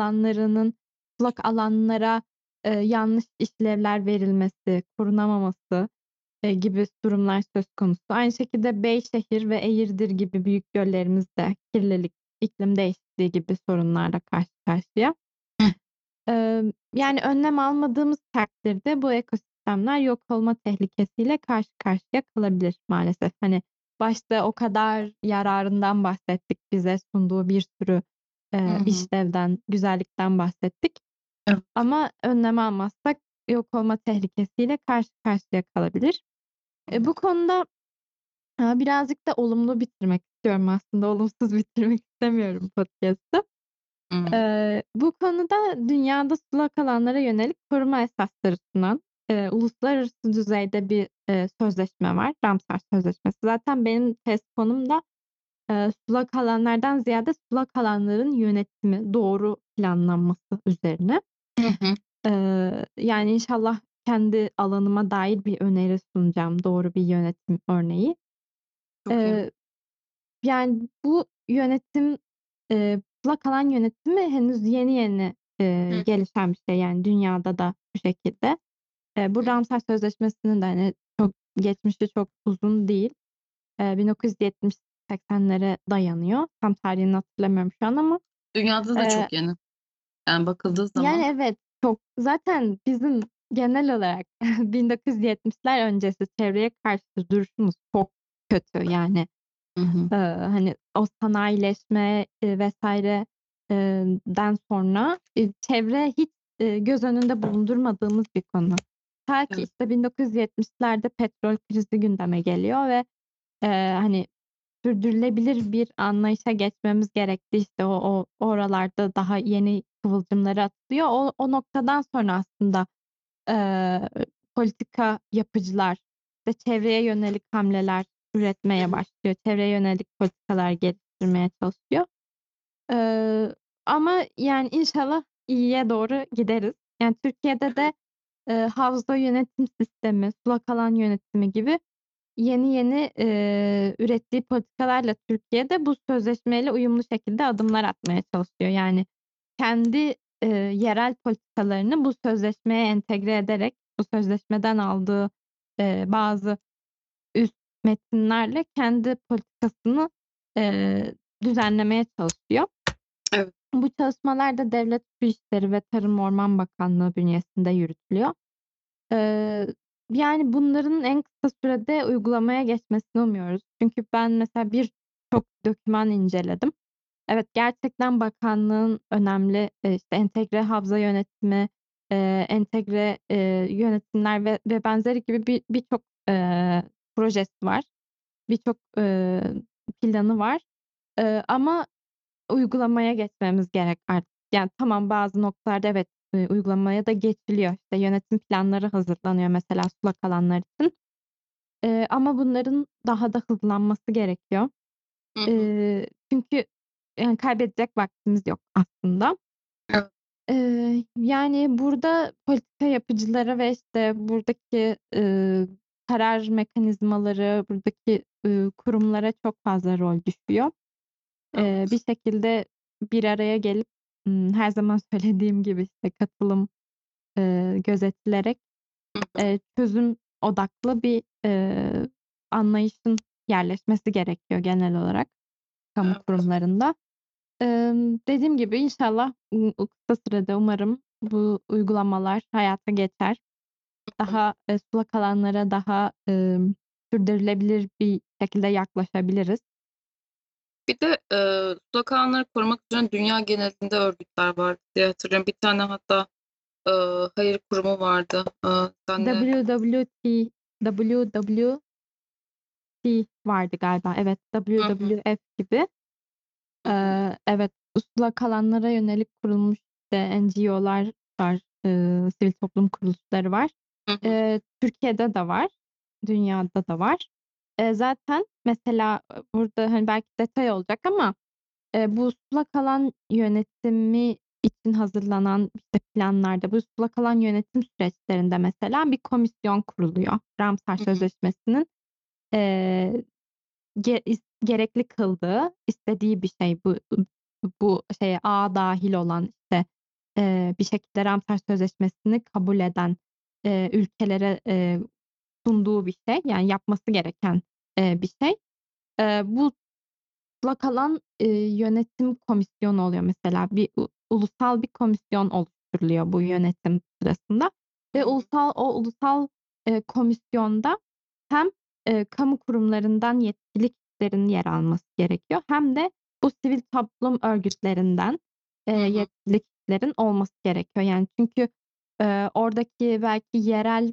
sulak alanlara, yanlış işlevler verilmesi, korunamaması, gibi durumlar söz konusu. Aynı şekilde Beyşehir ve Eğirdir gibi büyük göllerimiz de kirlilik, iklim değişikliği gibi sorunlarla karşı karşıya. Hı. Yani önlem almadığımız takdirde bu ekosistemler yok olma tehlikesiyle karşı karşıya kalabilir maalesef. Hani başta o kadar yararından bahsettik, bize sunduğu bir sürü, Hı hı. işlevden, güzellikten bahsettik Evet. ama önlem almazsak yok olma tehlikesiyle karşı karşıya kalabilir. Bu konuda, birazcık da olumlu bitirmek istiyorum aslında. Olumsuz bitirmek istemiyorum podcast'ı. Hı hı. Bu konuda dünyada sulak alanlara yönelik koruma esasları sunan, uluslararası düzeyde bir, sözleşme var, Ramsar Sözleşmesi. Zaten benim tez konum da, sulak alanlardan ziyade sulak alanların yönetimi, doğru planlanması üzerine. Hı hı. Yani inşallah kendi alanıma dair bir öneri sunacağım, doğru bir yönetim örneği. Çok iyi. Eee, yani bu yönetim, sulak alan yönetimi henüz yeni yeni, Hı gelişen bir şey, yani dünyada da bu şekilde. Bu hı. Ramsar Sözleşmesi'nin de, hani, çok geçmişi çok uzun değil. 1970-80'lere dayanıyor. Tam tarihini hatırlamıyorum şu an ama, Dünyada da eee, çok yeni. Yani bakıldığı yani zaman. evet, çok zaten bizim genel olarak 1970'ler öncesi çevreye karşı duruşumuz çok kötü. Yani, Hı hı. hani, o sanayileşme, vs. Den sonra, çevre hiç, göz önünde bulundurmadığımız bir konu. Ta ki, Evet. işte, 1970'lerde petrol krizi gündeme geliyor ve, hani, sürdürülebilir bir anlayışa geçmemiz gerekti. İşte, o oralarda daha yeni kıvılcımları atılıyor. O noktadan sonra aslında, eee, politika yapıcılar, işte, çevreye yönelik hamleler Hı üretmeye hı. başlıyor. Çevreye yönelik politikalar geliştirmeye çalışıyor. Eee, ama yani inşallah iyiye doğru gideriz. Yani Türkiye'de de, havza yönetim sistemi, sulak alan yönetimi gibi yeni yeni, ürettiği politikalarla Türkiye'de bu sözleşmeyle uyumlu şekilde adımlar atmaya çalışıyor. Yani kendi, yerel politikalarını bu sözleşmeye entegre ederek bu sözleşmeden aldığı, bazı üst metinlerle kendi politikasını, eee, düzenlemeye çalışıyor. Evet. Bu çalışmalar da Devlet Su İşleri ve Tarım Orman Bakanlığı bünyesinde yürütülüyor. Eee, Yani bunların en kısa sürede uygulamaya geçmesini umuyoruz. Çünkü ben mesela birçok doküman inceledim. Evet, gerçekten bakanlığın önemli, işte, entegre havza yönetimi, entegre, yönetimler ve benzeri gibi birçok, projesi var. Birçok, planı var. Ama uygulamaya geçmemiz gerek artık. Yani tamam, bazı noktalarda evet, uygulamaya da geçiliyor. İşte, yönetim planları hazırlanıyor mesela sulak alanlar için. Ama bunların daha da hızlanması gerekiyor. Hı hı. Çünkü, yani, kaybedecek vaktimiz yok aslında. Evet. Yani, burada politika yapıcılara ve, işte, buradaki, karar mekanizmaları, buradaki, kurumlara çok fazla rol düşüyor. Bir Evet. şekilde bir araya gelip, her zaman söylediğim gibi, işte, katılım, gözetilerek, Hı hı. çözüm odaklı bir, anlayışın yerleşmesi gerekiyor genel olarak kamu Evet. kurumlarında. Dediğim gibi inşallah, kısa sürede umarım bu uygulamalar hayata geçer. Hı. Daha, sulak alanlara daha, sürdürülebilir bir şekilde yaklaşabiliriz. Bir de, sulak alanları korumak üzere dünya genelinde örgütler var diye hatırlıyorum. Bir tane hatta, hayır kurumu vardı. Senle WWT vardı galiba. Evet, Hı hı. WWF gibi. Hı hı. Evet, sulak alanlara yönelik kurulmuş, işte, NGO'lar var, sivil toplum kuruluşları var. Hı hı. Türkiye'de de var, dünyada da var. Zaten mesela, burada, hani, belki detay olacak ama, bu sulak alan yönetimi için hazırlanan, işte, planlarda, bu sulak alan yönetim süreçlerinde mesela bir komisyon kuruluyor. Ramsar Hı hı. Sözleşmesi'nin, eee, gerekli kıldığı, istediği bir şey bu şeye ağa dâhil olan, işte, bir şekilde Ramsar Sözleşmesi'ni kabul eden, ülkelere, sunduğu bir şey, yani yapması gereken, bir şey. Bu kalan, yönetim komisyonu oluyor mesela. Bir ulusal bir komisyon oluşturuluyor bu yönetim sırasında Hı ve hı. ulusal, komisyonda hem, kamu kurumlarından yetkili kişilerin yer alması gerekiyor hem de bu sivil toplum örgütlerinden, Hı hı. yetkili kişilerin olması gerekiyor. Yani çünkü, oradaki belki yerel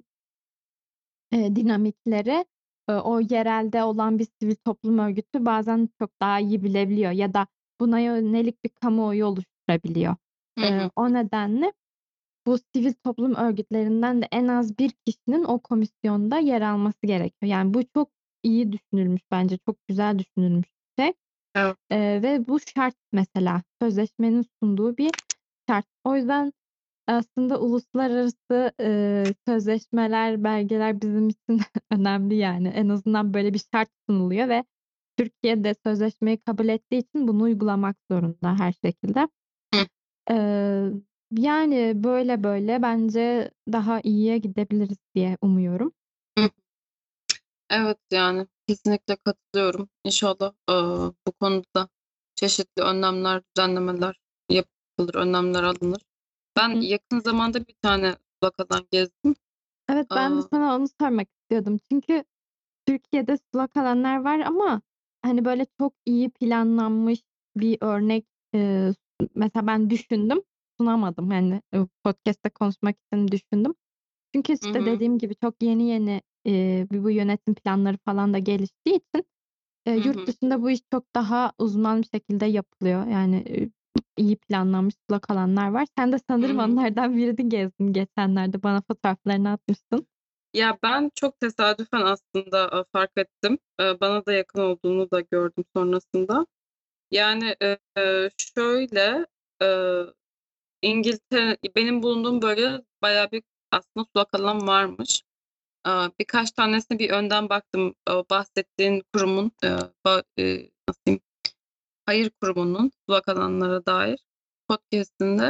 dinamikleri, o yerelde olan bir sivil toplum örgütü bazen çok daha iyi bilebiliyor ya da buna yönelik bir kamuoyu oluşturabiliyor. Hı hı. O nedenle bu sivil toplum örgütlerinden de en az bir kişinin o komisyonda yer alması gerekiyor. Yani bu çok iyi düşünülmüş bence, çok güzel düşünülmüş bir şey, Evet. ve bu şart mesela. Sözleşmenin sunduğu bir şart. O yüzden aslında uluslararası, sözleşmeler, belgeler bizim için önemli yani. En azından böyle bir şart sunuluyor ve Türkiye de sözleşmeyi kabul ettiği için bunu uygulamak zorunda her şekilde. Hı Eee, Yani böyle böyle bence daha iyiye gidebiliriz diye umuyorum. hı. Evet, yani kesinlikle katılıyorum. İnşallah, bu konuda çeşitli önlemler, düzenlemeler yapılır, önlemler alınır. Hı Ben hı. yakın zamanda bir tane sulak alan gezdim. Evet, ben de Aaa sana onu sormak istiyordum. Çünkü Türkiye'de sulak alanlar var ama, hani, böyle, çok iyi planlanmış bir örnek, mesela ben düşündüm, sunamadım. Yani, podcast'te konuşmak için düşündüm. Çünkü, Hı işte, hı. dediğim gibi çok yeni yeni, bu yönetim planları falan da geliştiği için, Hı yurt hı. dışında bu iş çok daha uzman bir şekilde yapılıyor. Yani, iyi planlanmış sulak alanlar var. Sen de Hı sanırım hı. onlardan birini gezdin geçenlerde. Bana fotoğraflarını atmıştın. Ya, ben çok tesadüfen aslında, fark ettim. Bana da yakın olduğunu da gördüm sonrasında. Yani, şöyle, eee, benim bulunduğum bölgede bayağı bir aslında sulak alan varmış. Birkaç tanesine bir önden baktım. Bahsettiğin kurumun, nasıl diyeyim, hayır kurumunun sulak alanlara dair podcast'inde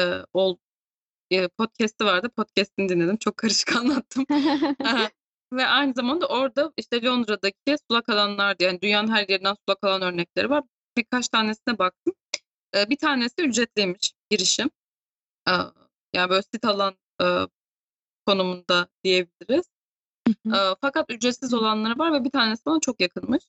podcast'i vardı. Podcast'ini dinledim. Çok karışık anlattım. Aha. Ve aynı zamanda orada işte Londra'daki sulak alanlar diye yani dünyanın her yerinden sulak alan örnekleri var. Birkaç tanesine baktım. Bir tanesi ücretliymiş girişi. Ee, Yani böyle sit alan konumunda diyebiliriz. Hı hı. Fakat ücretsiz olanları var ve bir tanesi bana çok yakınmış.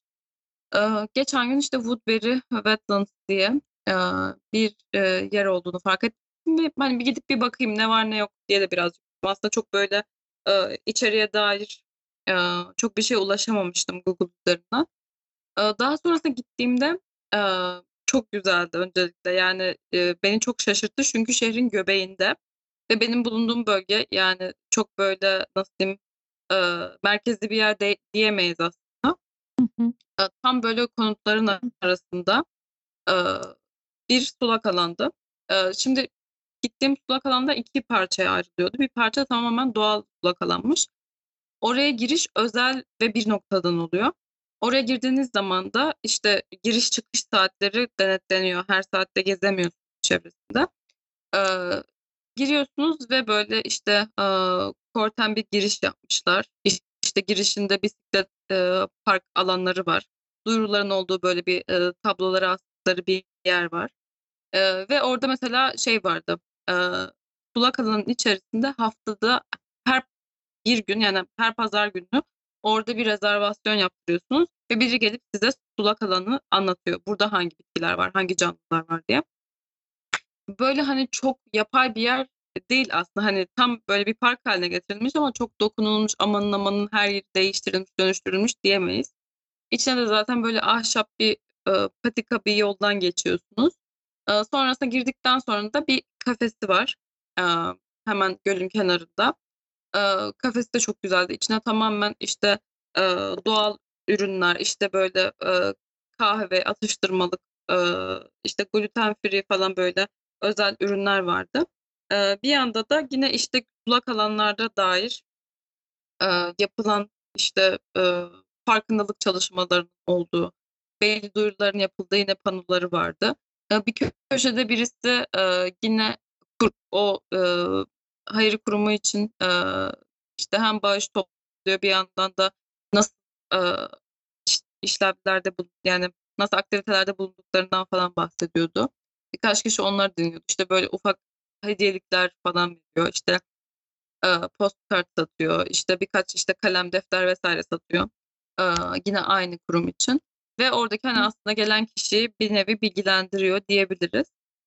Geçen gün işte Woodbury Wetlands diye e, bir yer olduğunu fark ettim ve hani bir gidip bir bakayım ne var ne yok diye de birazcık aslında çok böyle içeriye dair e, çok bir şeye ulaşamamıştım Google üzerinden. Daha sonrasında gittiğimde e, çok güzeldi öncelikle yani beni çok şaşırttı çünkü şehrin göbeğinde ve benim bulunduğum bölge yani çok böyle nasıl diyeyim merkezli bir yer diyemeyiz aslında. Hı hı. Tam böyle konutların arasında e, bir sulak alandı. Şimdi gittiğim sulak alanda iki parçaya ayrılıyordu. Bir parça tamamen doğal sulak alanmış. Oraya giriş özel ve bir noktadan oluyor. Oraya girdiğiniz zaman da işte giriş çıkış saatleri denetleniyor. Her saatte gezemiyorsunuz çevresinde. Ee, Giriyorsunuz ve böyle işte korten bir giriş yapmışlar. İşte girişinde bisiklet park alanları var. Duyuruların olduğu böyle bir tabloları astıkları bir yer var. Ve orada mesela şey vardı. E, Sulak alanın içerisinde haftada her bir gün yani her pazar günü orada bir rezervasyon yaptırıyorsunuz ve biri gelip size sulak alanı anlatıyor. Burada hangi bitkiler var, hangi canlılar var diye. Böyle hani çok yapay bir yer değil aslında. Hani tam böyle bir park haline getirilmiş ama çok dokunulmuş, amanın amanın her yeri değiştirilmiş, dönüştürülmüş diyemeyiz. İçine de zaten böyle ahşap bir patika bir yoldan geçiyorsunuz. Sonrasında girdikten sonra da bir kafesi var. E, Hemen gölün kenarında. Kafesi de çok güzeldi. İçine tamamen işte e, doğal ürünler, işte böyle kahve, atıştırmalık, e, işte gluten free falan böyle özel ürünler vardı. Bir yanda da yine işte sulak alanlarda dair yapılan işte farkındalık çalışmalarının olduğu, belli duyuruların yapıldığı yine panoları vardı. Bir köşede birisi yine o hayır kurumu için işte hem bağış topluyor bir yandan da nasıl e, işlevlerde yani nasıl aktivitelerde bulunduklarından falan bahsediyordu. Birkaç kişi onları dinliyordu. İşte böyle ufak hediyelikler falan veriyor. İşte postkart satıyor. İşte birkaç işte kalem, defter vesaire satıyor. Yine aynı kurum için. Ve oradaki hani aslında gelen kişiyi bir nevi bilgilendiriyor diyebiliriz.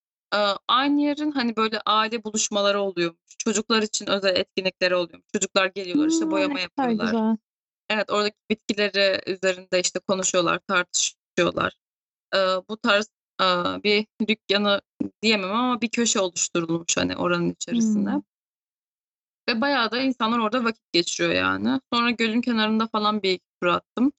Aynı yerin hani böyle aile buluşmaları oluyormuş. Çocuklar için özel etkinlikleri oluyormuş. Çocuklar geliyorlar işte Ne boyama kadar yapıyorlar. güzel. Evet oradaki bitkileri üzerinde işte konuşuyorlar, tartışıyorlar. Bu tarz bir dükkanı diyemem ama bir köşe oluşturulmuş hani oranın içerisinde. Hımm. Ve bayağı da insanlar orada vakit geçiriyor yani. Sonra gölün kenarında falan bir iki tur attım.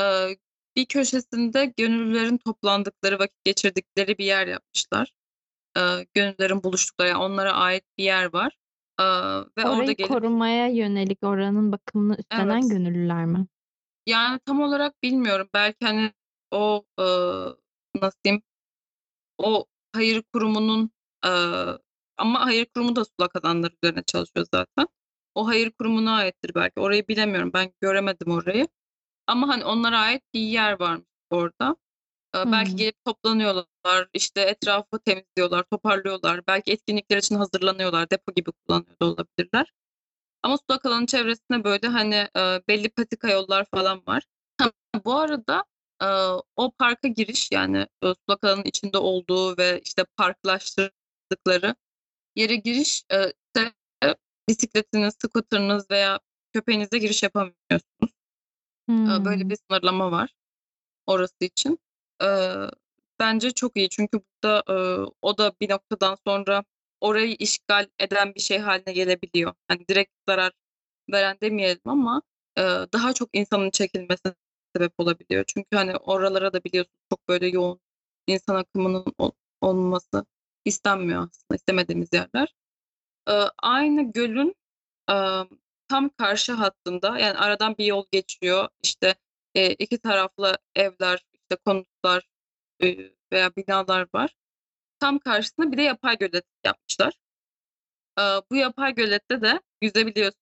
Bir köşesinde gönüllülerin toplandıkları, vakit geçirdikleri bir yer yapmışlar. Gönüllülerin buluştukları, yani onlara ait bir yer var. Ve orada Orayı gelip, korumaya yönelik oranın bakımını üstlenen evet, gönüllüler mi? yani tam olarak bilmiyorum. Belki hani o nasıl diyeyim, o hayır kurumunun e, ama hayır kurumu da sulak alanlar üzerine çalışıyor zaten. O hayır kurumuna aittir belki. Orayı bilemiyorum. Ben göremedim orayı. Ama hani onlara ait bir yer varmış orada. Belki Hımm. gelip toplanıyorlar, işte etrafı temizliyorlar, toparlıyorlar. Belki etkinlikler için hazırlanıyorlar, depo gibi kullanıyor da olabilirler. Ama sulak alanın çevresinde böyle hani belli patika yollar falan var. Ha, bu arada e, o parka giriş yani sulak alanın içinde olduğu ve işte parklaştırdıkları yere giriş işte bisikletiniz, scooter'ınız veya köpeğinizle giriş yapamıyorsunuz. Böyle Hımm. bir sınırlama var orası için. Eee, Bence çok iyi çünkü burada o da bir noktadan sonra orayı işgal eden bir şey haline gelebiliyor. Hani direkt zarar veren demeyelim ama daha çok insanın çekilmesine sebep olabiliyor. Çünkü hani oralara da biliyorsun çok böyle yoğun insan akımının olması istenmiyor aslında istemediğimiz yerler. Aynı gölün eee, tam karşı hattında, yani aradan bir yol geçiyor. İşte, 2 taraflı evler, işte konutlar, veya binalar var. Tam karşısında bir de yapay gölet yapmışlar. Bu yapay gölette de yüzebiliyorsun.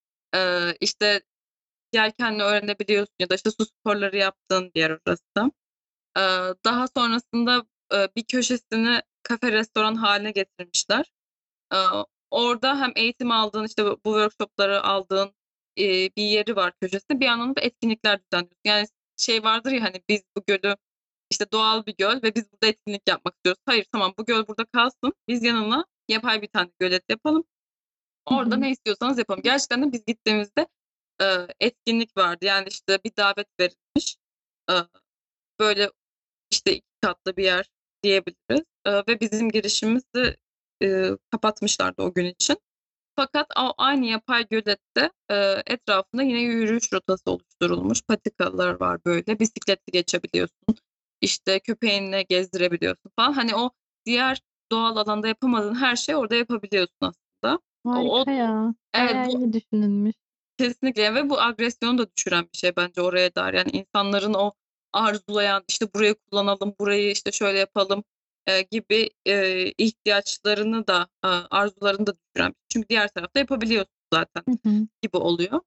İşte yelkenle öğrenebiliyorsun ya da işte su sporları yaptığın bir yer orası. Daha sonrasında bir köşesini kafe restoran haline getirmişler. Eee, Orada hem eğitim aldığın, işte bu workshop'ları aldığın bir yeri var köşesinde. Bir yandan da etkinlikler düzenliyorsun. Yani şey vardır ya, hani biz bu gölü, işte doğal bir göl ve biz burada etkinlik yapmak istiyoruz. Hayır, tamam, bu göl burada kalsın. Biz yanına yapay bir tane gölet yapalım. Hı Orada hı. ne istiyorsanız yapalım. Gerçekten de biz gittiğimizde etkinlik vardı. Yani işte bir davet verilmiş. Eee, Böyle işte 2 katlı bir yer diyebiliriz. Ve bizim girişimizi kapatmışlardı o gün için. Fakat o aynı yapay gölette etrafında yine yürüyüş rotası oluşturulmuş. Patikalar var böyle. Bisikletli geçebiliyorsun. İşte köpeğinle gezdirebiliyorsun falan. Hani o diğer doğal alanda yapamadığın her şeyi orada yapabiliyorsun aslında. O Harika ya. evet, Bayağı bu iyi düşünülmüş. kesinlikle ve bu agresyonu da düşüren bir şey bence oraya dair. Yani insanların o arzulayan, işte burayı kullanalım, burayı işte şöyle yapalım gibi ihtiyaçlarını da arzularını da düşüren. Çünkü diğer tarafta yapabiliyorsun zaten Hı hı. gibi oluyor.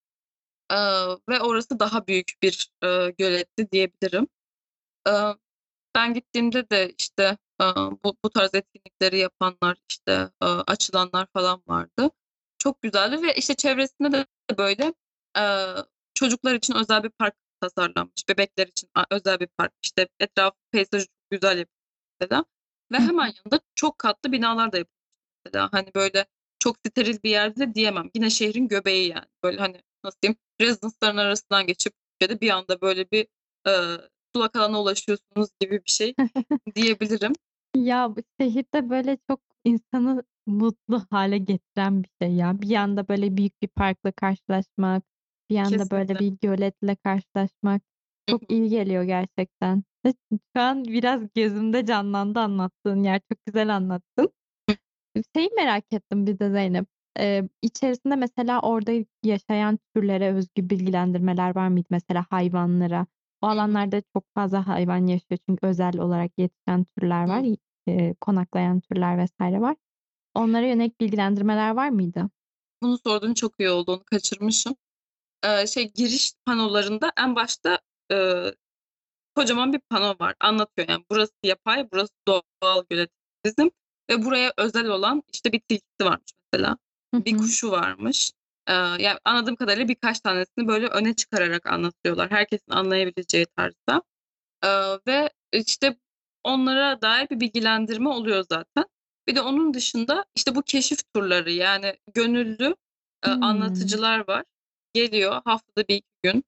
Ve orası daha büyük bir göletti diyebilirim. Eee, Ben gittiğimde de işte bu tarz etkinlikleri yapanlar, işte açılanlar falan vardı. Çok güzeldi ve işte çevresinde de böyle eee, çocuklar için özel bir park tasarlanmış. Bebekler için özel bir park. İşte etraf peyzajı çok güzel yapılmış mesela. Ve Hı hemen hı. yanında çok katlı binalar da yapılmış mesela. Hani böyle çok steril bir yerde diyemem. Yine şehrin göbeği yani. Böyle hani nasıl diyeyim, rezidansların arasından geçip Türkiye'de bir anda böyle bir eee sulak alana ulaşıyorsunuz gibi bir şey diyebilirim. Ya, bu şehirde, böyle, çok insanı mutlu hâle getiren bir şey ya. Bir yanda, böyle, büyük bir parkla karşılaşmak, bir yanda, böyle, Kesinlikle. bir göletle karşılaşmak Hı çok hı. iyi geliyor gerçekten. Ve şu an biraz gözümde canlandı anlattığın yer. Çok güzel anlattın. Şeyi merak ettim bir de Zeynep. İçerisinde mesela orada yaşayan türlere özgü bilgilendirmeler var mıydı? Mesela hayvanlara. O Hı hı. alanlarda çok fazla hayvan yaşıyor çünkü özel olarak yetişen türler var, Hı. konaklayan türler vs. var. Onlara yönelik bilgilendirmeler var mıydı? Bunu sorduğun çok iyi oldu, onu kaçırmışım. Giriş panolarında en başta eee, kocaman bir pano var. Anlatıyor yani burası yapay, burası doğal gölet bizim ve buraya özel olan işte bir tilkisi varmış mesela. Hı Bir hı. kuşu varmış. Yani anladığım kadarıyla birkaç tanesini böyle öne çıkararak anlatıyorlar. Herkesin anlayabileceği tarzda. Ve işte onlara dair bir bilgilendirme oluyor zaten. Bir de onun dışında işte bu keşif turları, yani gönüllü Hımm. anlatıcılar var. Geliyor haftada 1-2 gün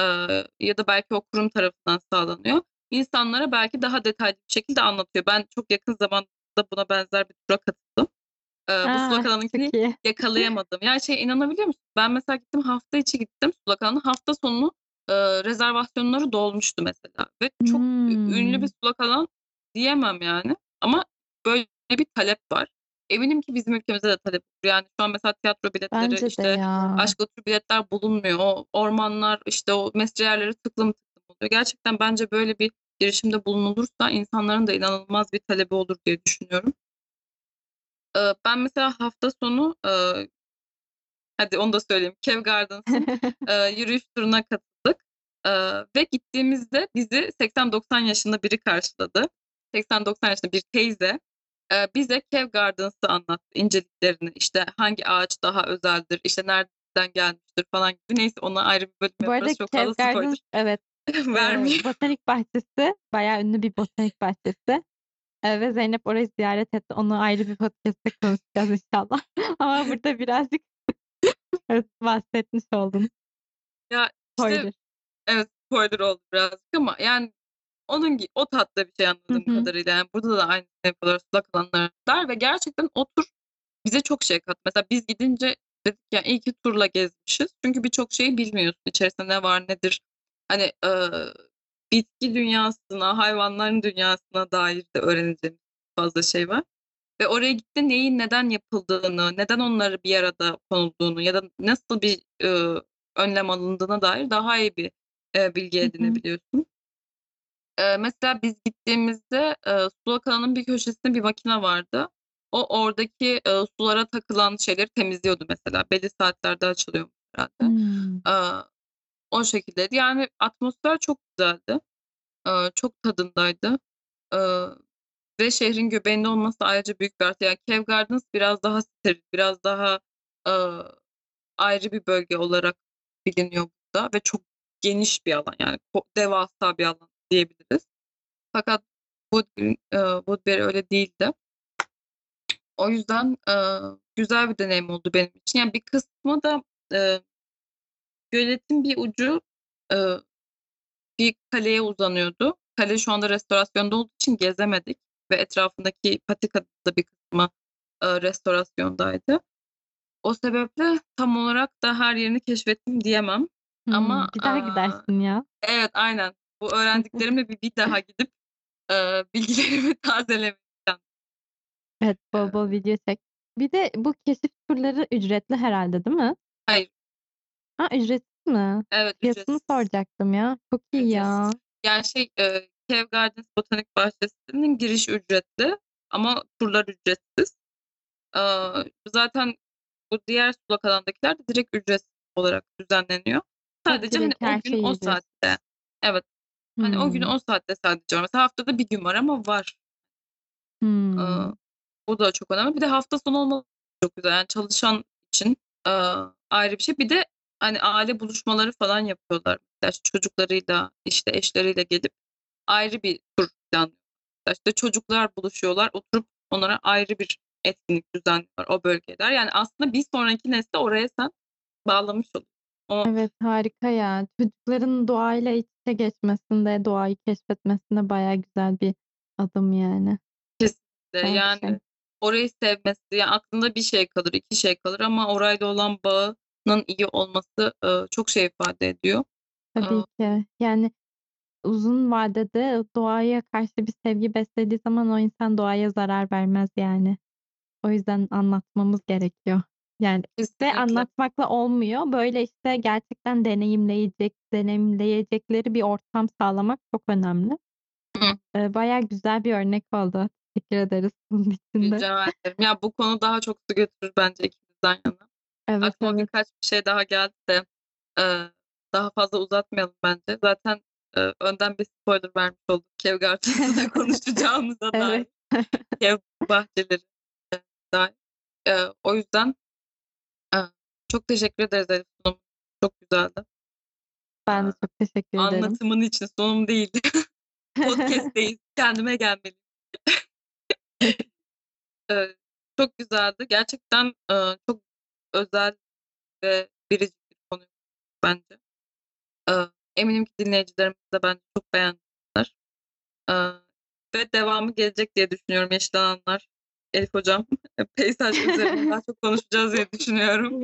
ya da belki o kurum tarafından sağlanıyor. İnsanlara belki daha detaylı bir şekilde anlatıyor. Ben çok yakın zamanda buna benzer bir tura katıldım. Bu A! sulak Çok alanınkini iyi. yakalayamadım. Yani inanabiliyor musun? Ben mesela gittim, hafta içi gittim sulak alana. Hafta sonu rezervasyonları dolmuştu mesela ve çok ünlü bir Hımm. sulak alan diyemem yani ama böyle bir talep var. Eminim ki bizim ülkemizde de talep var. Yani şu an mesela tiyatro biletleri, Bence de işte ya. aşk tür biletler bulunmuyor. O ormanlar, işte o mescid yerleri tıklım tıklım oluyor. Gerçekten bence böyle bir girişimde bulunulursa insanların da inanılmaz bir talebi olur diye düşünüyorum. Ben mesela hafta sonu, hadi onu da söyleyeyim, Kew Gardens'ın yürüyüş turuna katıldık, ve gittiğimizde bizi 80-90 yaşında biri karşıladı. 80-90 yaşında bir teyze, bize Kew Gardens'ı anlattı, inceliklerini, işte hangi ağaç daha özeldir, işte nereden gelmiştir falan gibi. Neyse, ona ayrı bir bölüm Bu arada yaparız. Çok Kew fazla Gardens spoiler evet, vermeyeyim. botanik bahçesi, bayağı ünlü bir botanik bahçesi. Ve Zeynep orayı ziyaret etti. Onu ayrı bir podcast'te konuşacağız inşallah. Ama burada birazcık evet, bahsetmiş oldun. Ya, işte Spoiler. evet, spoiler oldu birazcık ama yani o tatta bir şey Hı anladığım hı. kadarıyla. Yani burada da aynısını yapıyorlar, sulak alanlar ve gerçekten o tur bize çok şey kattı. Mesela biz gidince dedik ya, iyi ki turla gezmişiz. Çünkü birçok şeyi bilmiyorsun. İçerisinde ne var nedir? Hani bitki dünyasına, hayvanların dünyasına dair de öğreneceğimiz fazla şey var. ve oraya gittiğinde neyin neden yapıldığını, neden onları bir arada konulduğunu ya da nasıl bir önlem alındığına dair daha iyi bir bilgi Hı hı. edinebiliyorsun. Mesela biz gittiğimizde sulak alanın bir köşesinde bir makine vardı. O oradaki sulara takılan şeyleri temizliyordu mesela. Belli saatlerde açılıyor herhalde. Hımm. O şekildeydi. Yani atmosfer çok güzeldi. Çok tadındaydı. Eee, ve şehrin göbeğinde olması ayrıca büyük bir artı. Yani Kew Gardens biraz daha steril, biraz daha eee, ayrı bir bölge olarak biliniyor burada ve çok geniş bir alan yani devasa bir alan diyebiliriz. Fakat Woodbury öyle değildi. O yüzden güzel bir deneyim oldu benim için. Yani bir kısmı da eee, göletin bir ucu eee, bir kaleye uzanıyordu. Kale şu anda restorasyonda olduğu için gezemedik ve etrafındaki patikada da bir kısmı restorasyondaydı. O sebeple tam olarak da her yerini keşfettim diyemem. Ama Bir daha gidersin ya. evet aynen. Bu öğrendiklerimle bir daha gidip bilgilerimi tazelemeye Evet, bol bol eee, video çek. Bir de bu keşif turları ücretli herhâlde, değil mi? hayır, Ha, ücretsiz mi? evet Fiyatını ücretsiz. soracaktım ya. Çok iyi Ücretsiz. ya. Yani Kew Gardens Botanik Bahçesi'nin giriş ücretli ama turlar ücretsiz. Zaten bu diğer sulak alandakiler de direkt ücretsiz olarak düzenleniyor. Ha, Sadece, hani, direkt o her gün şey o ücretsiz. saatte. Evet, hani, o gün Hımm. o saatte sadece var. Mesela haftada bir gün var ama var. Aaa, Hımm. bu da çok önemli. Bir de hafta sonu olması çok güzel. Yani çalışan için ayrı bir şey. Bir de, hani, aile buluşmaları falan yapıyorlar. Mesela çocuklarıyla, işte, eşleriyle gelip ayrı bir tur planlıyorlar. İşte, çocuklar buluşuyorlar, oturup onlara ayrı bir etkinlik düzenliyorlar o bölgeler. Yani aslında bir sonraki nesli oraya sen bağlamış oluyorsun. O Evet, harika ya. Çocukların doğayla iç içe geçmesinde, doğayı keşfetmesinde bayağı güzel bir adım yani. kesinlikle, Güzel bir şey. yani orayı sevmesi, yani aklında bir şey kalır, 2 şey kalır ama orayla olan bağının iyi olması çok şey ifade ediyor. Tabii Iıı, ki. Yani uzun vadede doğaya karşı bir sevgi beslediği zaman o insan doğaya zarar vermez yani. O yüzden anlatmamız gerekiyor. Yani ve kesinlikle. anlatmakla olmuyor. Böyle, işte, gerçekten deneyimleyecekleri bir ortam sağlamak çok önemli. Hı, Bayağı güzel bir örnek oldu. Teşekkür ederiz bunun için de. rica ederim. Ya, bu konu daha çok su götürür bence ikimizden yana. Evet, Aklıma evet. birkaç bir şey daha geldi de, eee, daha fazla uzatmayalım bence. Zaten önden bir spoiler vermiş olduk Kew Gardens'ı konuşacağımıza dair. Evet. Kew bahçeleri dair. O yüzden eee, çok teşekkür ederiz Elif. Sunum çok güzeldi. Ben de Eee, çok teşekkür ederim. anlatımın için sunum değil. Podcast'teyiz. Kendime gelmeliyim. Eee, çok güzeldi. Gerçekten çok özel ve biricik bir konu bence. Eminim ki dinleyicilerimiz de bence çok beğendiler. Eee, ve devamı gelecek diye düşünüyorum Yeşil Alanlar. Elif hocam, peyzaj üzerine daha çok konuşacağız diye düşünüyorum.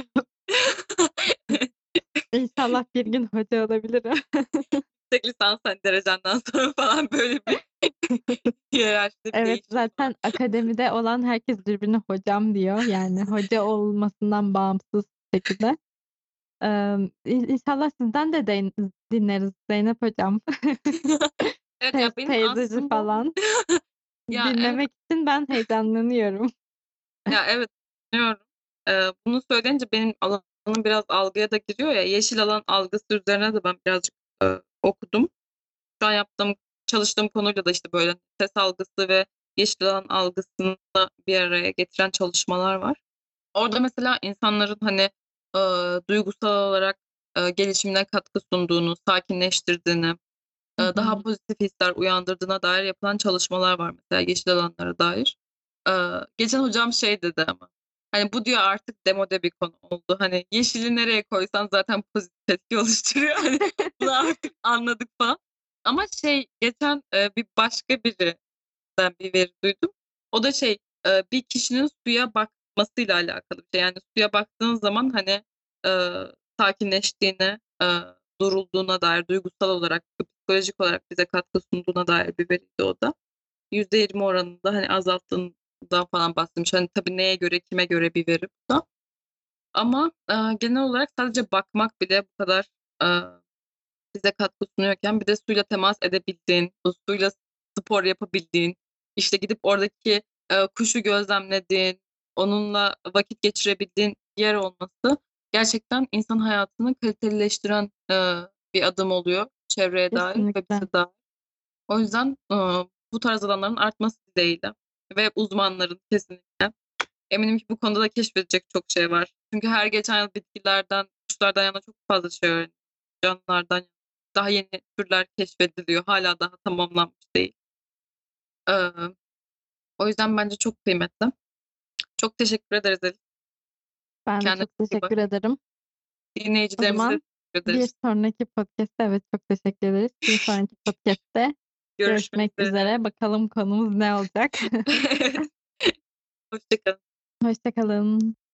İnşallah bir gün hoca olabilirim. Yüksek lisans, hani, derecenden sonra falan böyle bir hiyerarşide bir Evet, değişim var. zaten akademide olan herkes birbirine hocam diyor. Yani hoca olmasından bağımsız şekilde. İnşallah sizden de dinleriz Zeynep hocam. Evet, ya, benim Peyzajı aslında falan. ya, evet. Dinlemek için ben heyecanlanıyorum. Ya, evet, düşünüyorum. Bunu söyleyince benim alanım biraz algıya da giriyor ya, yeşil alan algısı üzerine de ben birazcık okudum. Şu an çalıştığım konuyla da, işte, böyle, ses algısı ve yeşil alan algısını bir araya getiren çalışmalar var. Orada mesela insanların, hani, duygusal olarak gelişimine katkı sunduğunu, sakinleştirdiğini, Hı daha hı. pozitif hisler uyandırdığına dair yapılan çalışmalar var mesela yeşil alanlara dair. Geçen hocam şey dedi ama, hani, "Bu" diyor, "artık demode bir konu oldu. Hani, yeşili nereye koysan zaten pozitif etki oluşturuyor. Hani, bunu artık anladık." falan. Ama geçen bir başka birinden bir veri duydum. O da bir kişinin suya bakmasıyla alakalı bir şey. Yani suya baktığın zaman, hani, sakinleştiğine, durulduğuna dair duygusal olarak, psikolojik olarak bize katkı sunduğuna dair bir veriydi o da. %20 oranında, hani, azalttığını olmasından falan bahsetmiş. Hani tabii neye göre, kime göre bir veri bu da. Ama genel olarak sadece bakmak bile bu kadar bize katkı sunuyorken bir de suyla temas edebildiğin, o suyla spor yapabildiğin, işte gidip oradaki kuşu gözlemlediğin, onunla vakit geçirebildiğin bir yer olması gerçekten insan hayatını kalitelileştiren bir adım oluyor çevreye dair ve Kesinlikle. bize dair. O yüzden bu tarz alanların artması dileğiyle ve uzmanların kesinlikle. Eminim ki bu konuda da keşfedecek çok şey var. Çünkü her geçen yıl bitkilerden, kuşlardan yana çok fazla şey öğreniyoruz. Canlılardan yana. Daha yeni türler keşfediliyor. Hala daha tamamlanmış değil. Ee, O yüzden bence çok kıymetli. Çok teşekkür ederiz Elif. Ben de Kendine çok çok iyi bak. teşekkür ederim. O Dinleyicilerimize de zaman teşekkür bir ederiz. sonraki podcast'te evet çok teşekkür ederiz. Bir sonraki podcast'te Görüşmek görüşmek üzere. üzere. Bakalım konumuz ne olacak? Hoşça kalın. Hoşça kalın.